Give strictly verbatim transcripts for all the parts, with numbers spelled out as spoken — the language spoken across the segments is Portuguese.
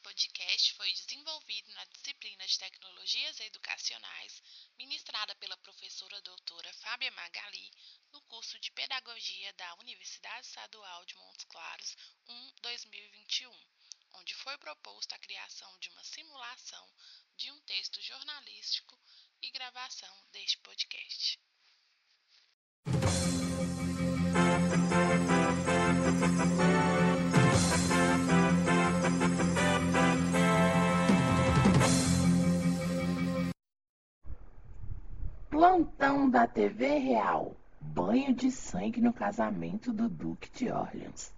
podcast foi desenvolvido na disciplina de Tecnologias Educacionais, ministrada pela professora doutora Fábia Magali, no curso de Pedagogia da Universidade Estadual de Montes Claros um dois mil e vinte e um, onde foi proposta a criação de uma simulação de um texto jornalístico e gravação deste podcast. Plantão da T V Real. Banho de sangue no casamento do Duque de Orleans.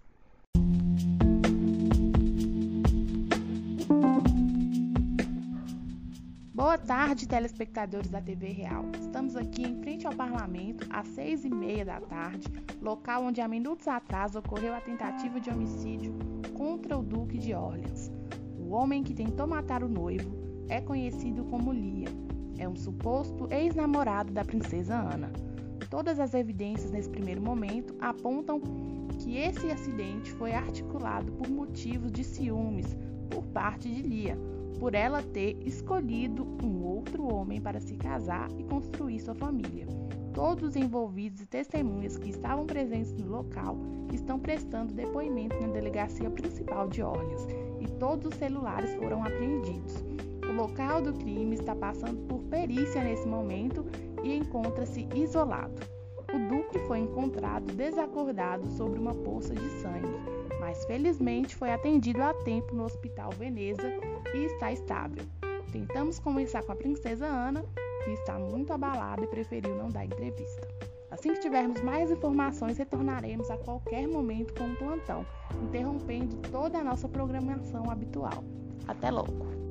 Boa tarde, telespectadores da T V Real. Estamos aqui em frente ao Parlamento às seis e meia da tarde, local onde há minutos atrás ocorreu a tentativa de homicídio contra o Duque de Orleans. O homem que tentou matar o noivo é conhecido como Lia. É um suposto ex-namorado da princesa Ana. Todas as evidências nesse primeiro momento apontam que esse acidente foi articulado por motivos de ciúmes por parte de Lia, por ela ter escolhido um outro homem para se casar e construir sua família. Todos os envolvidos e testemunhas que estavam presentes no local estão prestando depoimento na delegacia principal de Orleans e todos os celulares foram apreendidos. O local do crime está passando por perícia nesse momento e encontra-se isolado. O Duque foi encontrado desacordado sobre uma poça de sangue, mas felizmente foi atendido a tempo no Hospital Veneza e está estável. Tentamos conversar com a princesa Ana, que está muito abalada e preferiu não dar entrevista. Assim que tivermos mais informações, retornaremos a qualquer momento com um plantão, interrompendo toda a nossa programação habitual. Até logo!